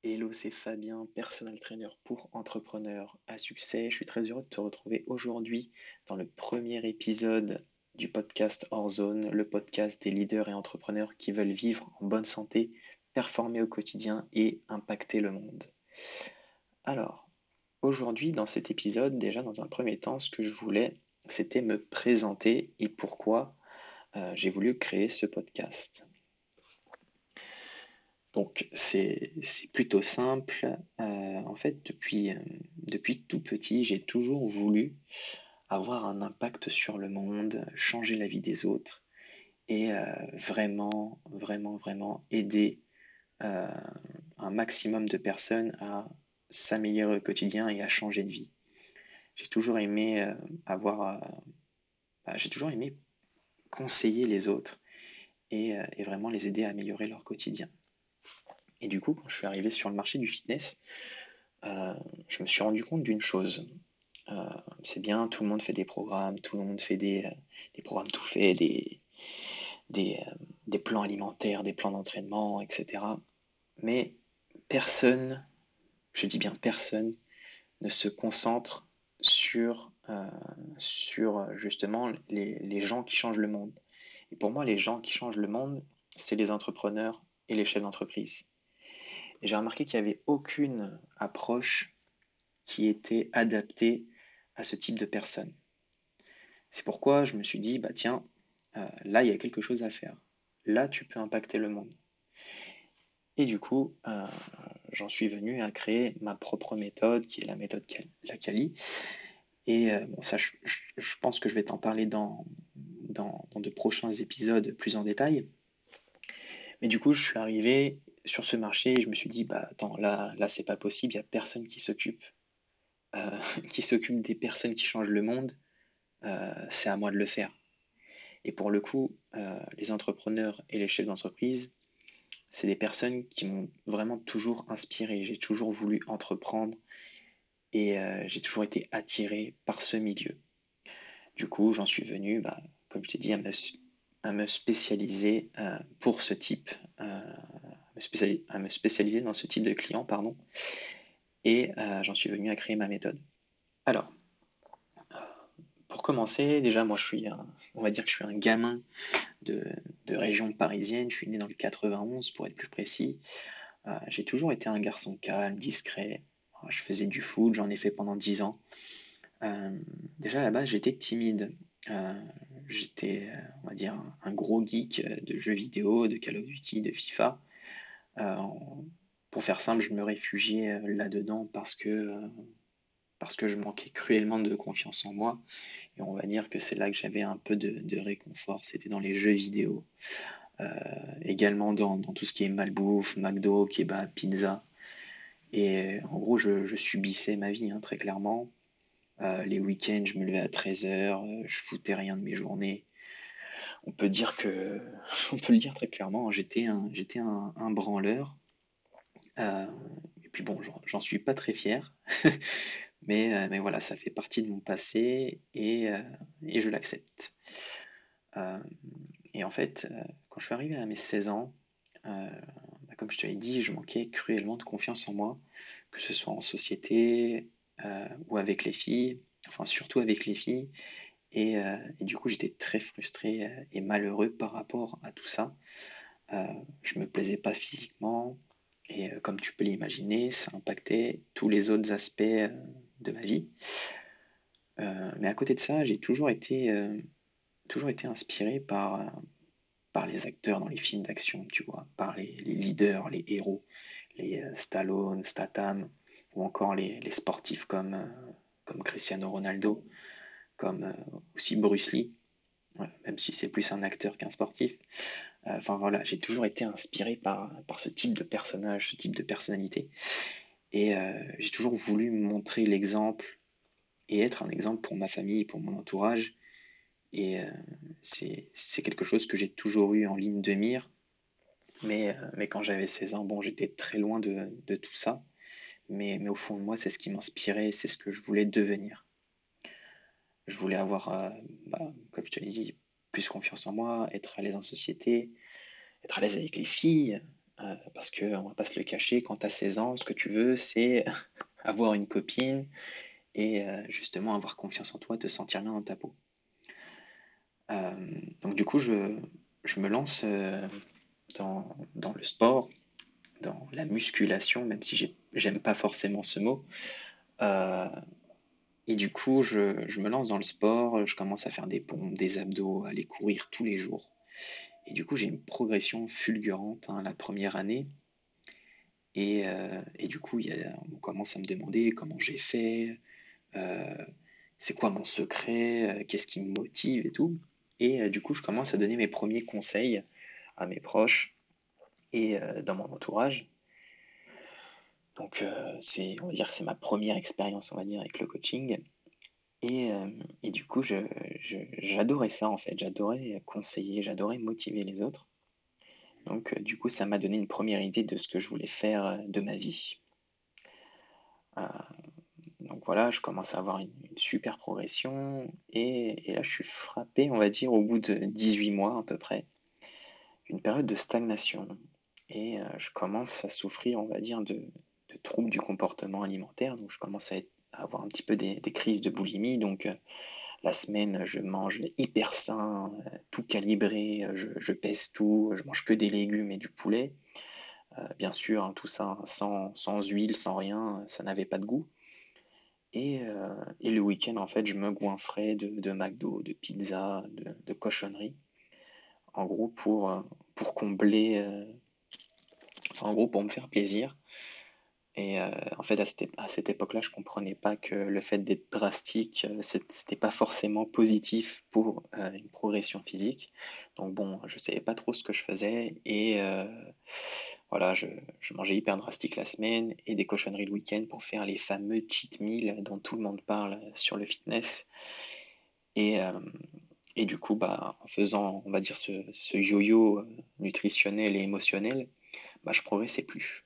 Hello, c'est Fabien, personal trainer pour entrepreneurs à succès. Je suis très heureux de te retrouver aujourd'hui dans le premier épisode du podcast Hors Zone, le podcast des leaders et entrepreneurs qui veulent vivre en bonne santé, performer au quotidien et impacter le monde. Alors, aujourd'hui, dans cet épisode, déjà dans un premier temps, ce que je voulais, c'était me présenter et pourquoi j'ai voulu créer ce podcast. Donc c'est plutôt simple. En fait, depuis tout petit, j'ai toujours voulu avoir un impact sur le monde, changer la vie des autres et vraiment aider euh, un maximum de personnes à s'améliorer au quotidien et à changer de vie. J'ai toujours aimé j'ai toujours aimé conseiller les autres et vraiment les aider à améliorer leur quotidien. Et du coup, quand je suis arrivé sur le marché du fitness, euh, je me suis rendu compte d'une chose. Euh, c'est bien, tout le monde fait des programmes, tout le monde fait des programmes tout faits, des, euh, des plans alimentaires, des plans d'entraînement, etc. Mais personne, je dis bien personne, ne se concentre sur justement les gens qui changent le monde. Et pour moi, les gens qui changent le monde, c'est les entrepreneurs et les chefs d'entreprise. Et j'ai remarqué qu'il n'y avait aucune approche qui était adaptée à ce type de personnes. C'est pourquoi je me suis dit, bah tiens, là, il y a quelque chose à faire. Là, tu peux impacter le monde. Et du coup, j'en suis venu à créer ma propre méthode, qui est la méthode la Kali. Et bon, ça, je pense que je vais t'en parler dans de prochains épisodes plus en détail. Mais du coup, je suis arrivé sur ce marché et je me suis dit, bah attends, là c'est pas possible, il n'y a personne qui s'occupe, qui s'occupe des personnes qui changent le monde, c'est à moi de le faire. Et pour le coup, les entrepreneurs et les chefs d'entreprise, c'est des personnes qui m'ont vraiment toujours inspiré. J'ai toujours voulu entreprendre et j'ai toujours été attiré par ce milieu. Du coup, j'en suis venu, bah, comme je t'ai dit, à me spécialiser pour ce type, à me spécialiser dans ce type de client, pardon, et j'en suis venu à créer ma méthode. Alors, pour commencer, déjà, moi, on va dire que je suis un gamin de, de région parisienne. Je suis né dans le 91 pour être plus précis. J'ai toujours été un garçon calme, discret. Je faisais du foot, j'en ai fait pendant 10 ans. Euh, Déjà à la base, j'étais timide. Euh, J'étais, on va dire, un gros geek de jeux vidéo, de Call of Duty, de FIFA. Euh, pour faire simple, je me réfugiais là-dedans parce que je manquais cruellement de confiance en moi. Et on va dire que c'est là que j'avais un peu de réconfort. C'était dans les jeux vidéo. Euh, Également dans tout ce qui est malbouffe, McDo, kebab, pizza. Et en gros, je subissais ma vie, hein, très clairement. Les week-ends, je me levais à 13h, je foutais rien de mes journées. On peut dire que, on peut le dire très clairement, hein, j'étais un branleur. Euh, et puis bon, j'en suis pas très fier, mais voilà, ça fait partie de mon passé et je l'accepte. Euh, et en fait, quand je suis arrivé à mes 16 ans, euh, bah, comme je te l'ai dit, je manquais cruellement de confiance en moi, que ce soit en société ou avec les filles, enfin surtout avec les filles. Et du coup, j'étais très frustré et malheureux par rapport à tout ça. Je me plaisais pas physiquement et comme tu peux l'imaginer, ça impactait tous les autres aspects de ma vie. Mais à côté de ça, j'ai toujours été inspiré par les acteurs dans les films d'action, tu vois, par les leaders, les héros, les Stallone, Statham, ou encore les sportifs comme Cristiano Ronaldo, comme aussi Bruce Lee, ouais, même si c'est plus un acteur qu'un sportif. Enfin voilà, j'ai toujours été inspiré par ce type de personnage, ce type de personnalité, et j'ai toujours voulu montrer l'exemple et être un exemple pour ma famille et pour mon entourage. Et c'est quelque chose que j'ai toujours eu en ligne de mire. Mais quand j'avais 16 ans, bon, j'étais très loin de tout ça. Mais au fond de moi, c'est ce qui m'inspirait, c'est ce que je voulais devenir. Je voulais avoir, bah, comme je te l'ai dit, plus confiance en moi, être à l'aise en société, être à l'aise avec les filles. parce qu'on va pas se le cacher, quand tu as 16 ans, ce que tu veux, c'est avoir une copine et justement avoir confiance en toi, te sentir bien dans ta peau. Donc du coup, je me lance dans le sport, dans la musculation, même si j'aime pas forcément ce mot. Euh, et du coup, je me lance dans le sport, je commence à faire des pompes, des abdos, à aller courir tous les jours. Et du coup, j'ai une progression fulgurante, hein, la première année. Et du coup, on commence à me demander comment j'ai fait, euh, c'est quoi mon secret, qu'est-ce qui me motive et tout. Et du coup, je commence à donner mes premiers conseils à mes proches et dans mon entourage. Donc, on va dire, c'est ma première expérience, on va dire, avec le coaching. Et du coup, j'adorais ça, en fait. J'adorais conseiller, j'adorais motiver les autres. Donc, du coup, ça m'a donné une première idée de ce que je voulais faire de ma vie. Euh, donc voilà, je commence à avoir une super progression. Et là, je suis frappé, on va dire, au bout de 18 mois à peu près, une période de stagnation. Et je commence à souffrir, on va dire, de troubles du comportement alimentaire. Donc, je commence à avoir un petit peu des crises de boulimie. Donc, la semaine, je mange hyper sain, tout calibré, je pèse tout, je mange que des légumes et du poulet. Bien sûr, hein, tout ça sans huile, sans rien, ça n'avait pas de goût. Et le week-end, en fait, je me goinfrais de McDo, de pizza, de cochonneries. En gros, pour combler, enfin, en gros, pour me faire plaisir. Et en fait, à cette époque-là, je comprenais pas que le fait d'être drastique, c'était pas forcément positif pour une progression physique. Donc bon, je savais pas trop ce que je faisais et voilà, je mangeais hyper drastique la semaine et des cochonneries le week-end pour faire les fameux cheat meals dont tout le monde parle sur le fitness. Et, euh, et du coup, bah, en faisant, on va dire, ce yo-yo nutritionnel et émotionnel, bah, je progressais plus.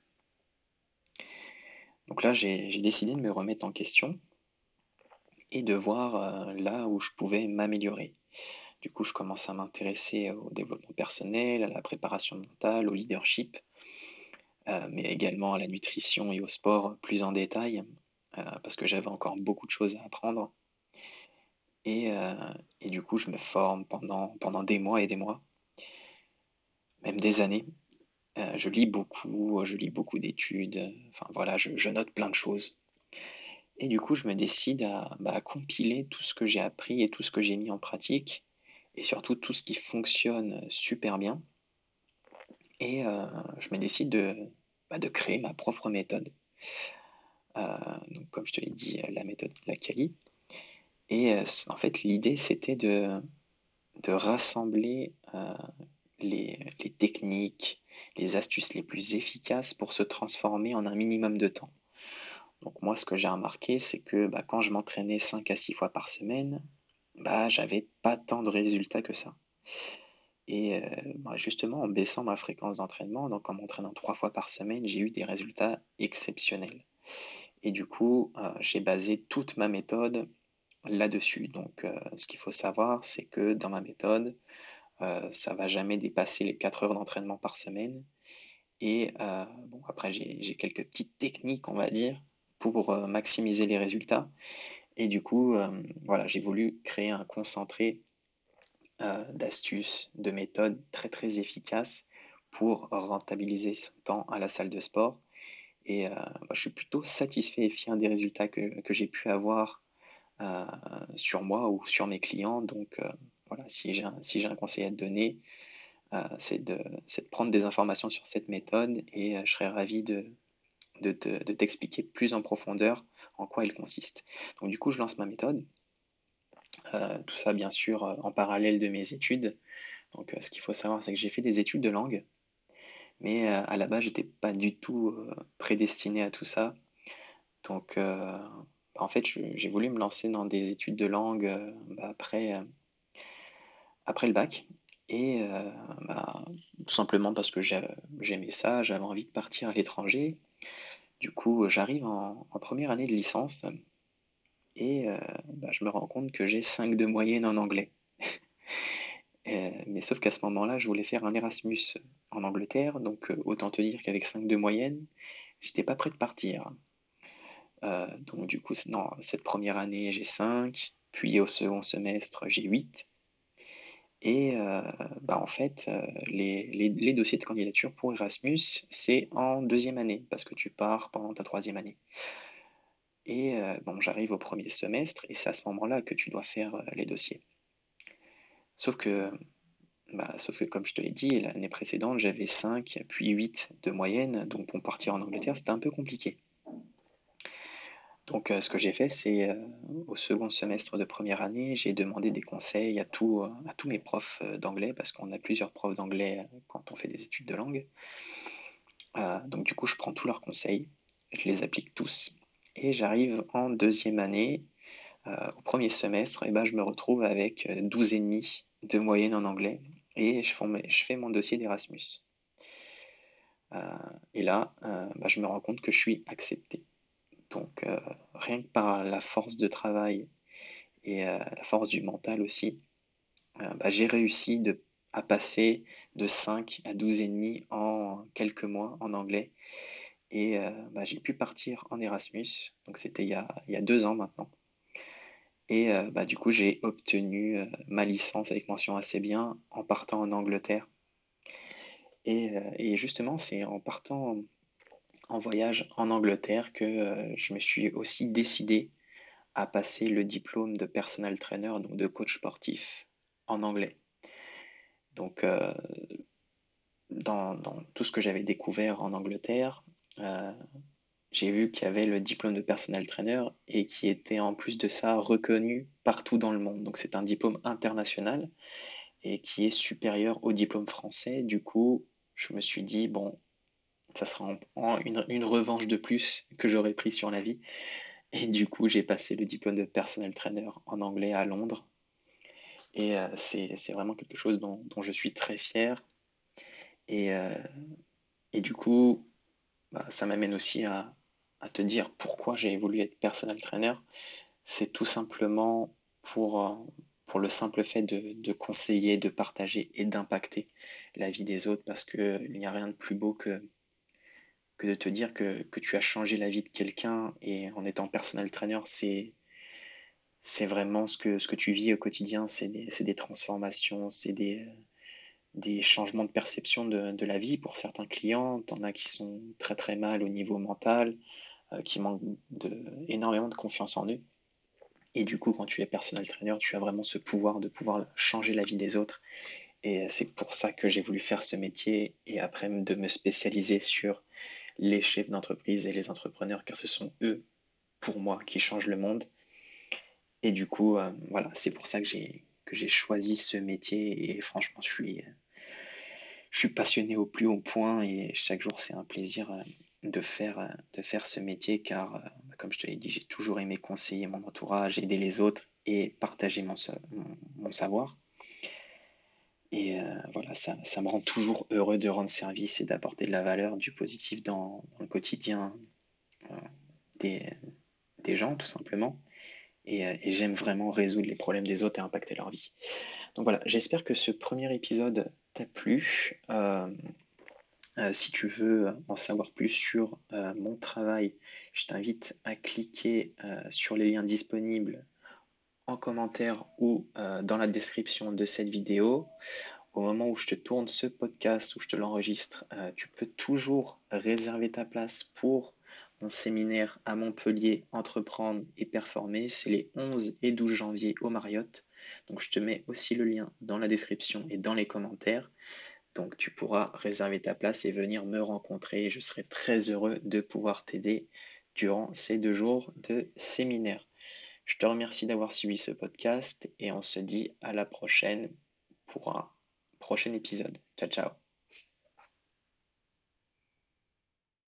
Donc là, j'ai décidé de me remettre en question et de voir là où je pouvais m'améliorer. Du coup, je commence à m'intéresser au développement personnel, à la préparation mentale, au leadership, mais également à la nutrition et au sport plus en détail, parce que j'avais encore beaucoup de choses à apprendre. Et, euh, et du coup, je me forme pendant des mois et des mois, même des années. Je lis beaucoup d'études, enfin voilà, je note plein de choses. Et du coup, je me décide à compiler tout ce que j'ai appris et tout ce que j'ai mis en pratique, et surtout tout ce qui fonctionne super bien. Et je me décide de créer ma propre méthode. Donc, comme je te l'ai dit, la méthode de la Kali. Et en fait, l'idée, c'était de rassembler les techniques, les astuces les plus efficaces pour se transformer en un minimum de temps. Donc moi, ce que j'ai remarqué, c'est que bah, quand je m'entraînais 5 à 6 fois par semaine, bah, j'avais pas tant de résultats que ça. Et bah, justement, en baissant ma fréquence d'entraînement, donc en m'entraînant 3 fois par semaine, j'ai eu des résultats exceptionnels. Et du coup, j'ai basé toute ma méthode là-dessus. Donc, ce qu'il faut savoir, c'est que dans ma méthode, ça va jamais dépasser les 4 heures d'entraînement par semaine. Et bon, après, j'ai quelques petites techniques, on va dire, pour maximiser les résultats. Et du coup, voilà, j'ai voulu créer un concentré d'astuces, de méthodes très très efficaces pour rentabiliser son temps à la salle de sport. Et je suis plutôt satisfait et fier des résultats que j'ai pu avoir euh, sur moi ou sur mes clients. Donc voilà, si j'ai un conseil à te donner, c'est de prendre des informations sur cette méthode et je serais ravi de t'expliquer plus en profondeur en quoi elle consiste. Donc du coup, je lance ma méthode. Tout ça, bien sûr, en parallèle de mes études. Donc, ce qu'il faut savoir, c'est que j'ai fait des études de langue, mais à la base, j'étais pas du tout prédestiné à tout ça. Donc, en fait, j'ai voulu me lancer dans des études de langue après le bac. Et bah, tout simplement parce que j'aimais ça, j'avais envie de partir à l'étranger. Du coup, j'arrive en première année de licence et bah, je me rends compte que j'ai 5 de moyenne en anglais. Mais sauf qu'à ce moment-là, je voulais faire un Erasmus en Angleterre, donc autant te dire qu'avec 5 de moyenne, j'étais pas prêt de partir. Donc du coup, non, cette première année, j'ai 5, puis au second semestre, j'ai 8. Et en fait, les dossiers de candidature pour Erasmus, c'est en deuxième année, parce que tu pars pendant ta troisième année. Et j'arrive au premier semestre, et c'est à ce moment-là que tu dois faire les dossiers. Sauf que, sauf que comme je te l'ai dit, l'année précédente, j'avais 5, puis 8 de moyenne, donc pour partir en Angleterre, c'était un peu compliqué. Donc ce que j'ai fait, c'est au second semestre de première année, j'ai demandé des conseils à tous mes profs d'anglais, parce qu'on a plusieurs profs d'anglais quand on fait des études de langue. Donc du coup, je prends tous leurs conseils, je les applique tous, et j'arrive en deuxième année, au premier semestre, et ben, je me retrouve avec 12,5 de moyenne en anglais, et je fais mon dossier d'Erasmus. Et là, je me rends compte que je suis accepté. Donc rien que par la force de travail et la force du mental aussi, j'ai réussi à passer de 5 à 12,5 en quelques mois en anglais. Et j'ai pu partir en Erasmus, donc c'était il y a 2 ans maintenant. Et du coup, j'ai obtenu ma licence avec mention assez bien en partant en Angleterre. Et justement, c'est en partant en voyage en Angleterre que je me suis aussi décidé à passer le diplôme de personal trainer, donc de coach sportif en anglais. Donc, dans tout ce que j'avais découvert en Angleterre, euh, j'ai vu qu'il y avait le diplôme de personal trainer et qui était en plus de ça reconnu partout dans le monde. Donc c'est un diplôme international et qui est supérieur au diplôme français. Du coup, je me suis dit, bon, ça sera une revanche de plus que j'aurais pris sur la vie. Et du coup, j'ai passé le diplôme de personal trainer en anglais à Londres. Et c'est vraiment quelque chose dont je suis très fier. Et, euh, et du coup, ça m'amène aussi à te dire pourquoi j'ai voulu être personal trainer. C'est tout simplement pour le simple fait de conseiller, de partager et d'impacter la vie des autres, parce qu'il n'y a rien de plus beau que de te dire que tu as changé la vie de quelqu'un, et en étant personal trainer, c'est vraiment ce que tu vis au quotidien, c'est des transformations, c'est des changements de perception de la vie pour certains clients. T'en as qui sont très très mal au niveau mental, qui manquent énormément de confiance en eux. Et du coup, quand tu es personal trainer, tu as vraiment ce pouvoir de pouvoir changer la vie des autres. Et c'est pour ça que j'ai voulu faire ce métier, et après de me spécialiser sur les chefs d'entreprise et les entrepreneurs, car ce sont eux, pour moi, qui changent le monde. Et du coup, voilà, c'est pour ça que j'ai choisi ce métier, et franchement, je suis passionné au plus haut point, et chaque jour, c'est un plaisir de faire ce métier, car, comme je te l'ai dit, j'ai toujours aimé conseiller mon entourage, aider les autres et partager mon savoir. Et voilà, ça me rend toujours heureux de rendre service et d'apporter de la valeur, du positif dans le quotidien euh, des, des gens, tout simplement. Et j'aime vraiment résoudre les problèmes des autres et impacter leur vie. Donc voilà, j'espère que ce premier épisode t'a plu. Si tu veux en savoir plus sur mon travail, je t'invite à cliquer sur les liens disponibles en commentaire ou dans la description de cette vidéo. Au moment où je te tourne ce podcast, où je te l'enregistre, tu peux toujours réserver ta place pour mon séminaire à Montpellier, Entreprendre et Performer. C'est les 11 et 12 janvier au Marriott. Donc je te mets aussi le lien dans la description et dans les commentaires. Donc tu pourras réserver ta place et venir me rencontrer. Je serai très heureux de pouvoir t'aider durant ces 2 jours de séminaire. Je te remercie d'avoir suivi ce podcast, et on se dit à la prochaine pour un prochain épisode. Ciao, ciao.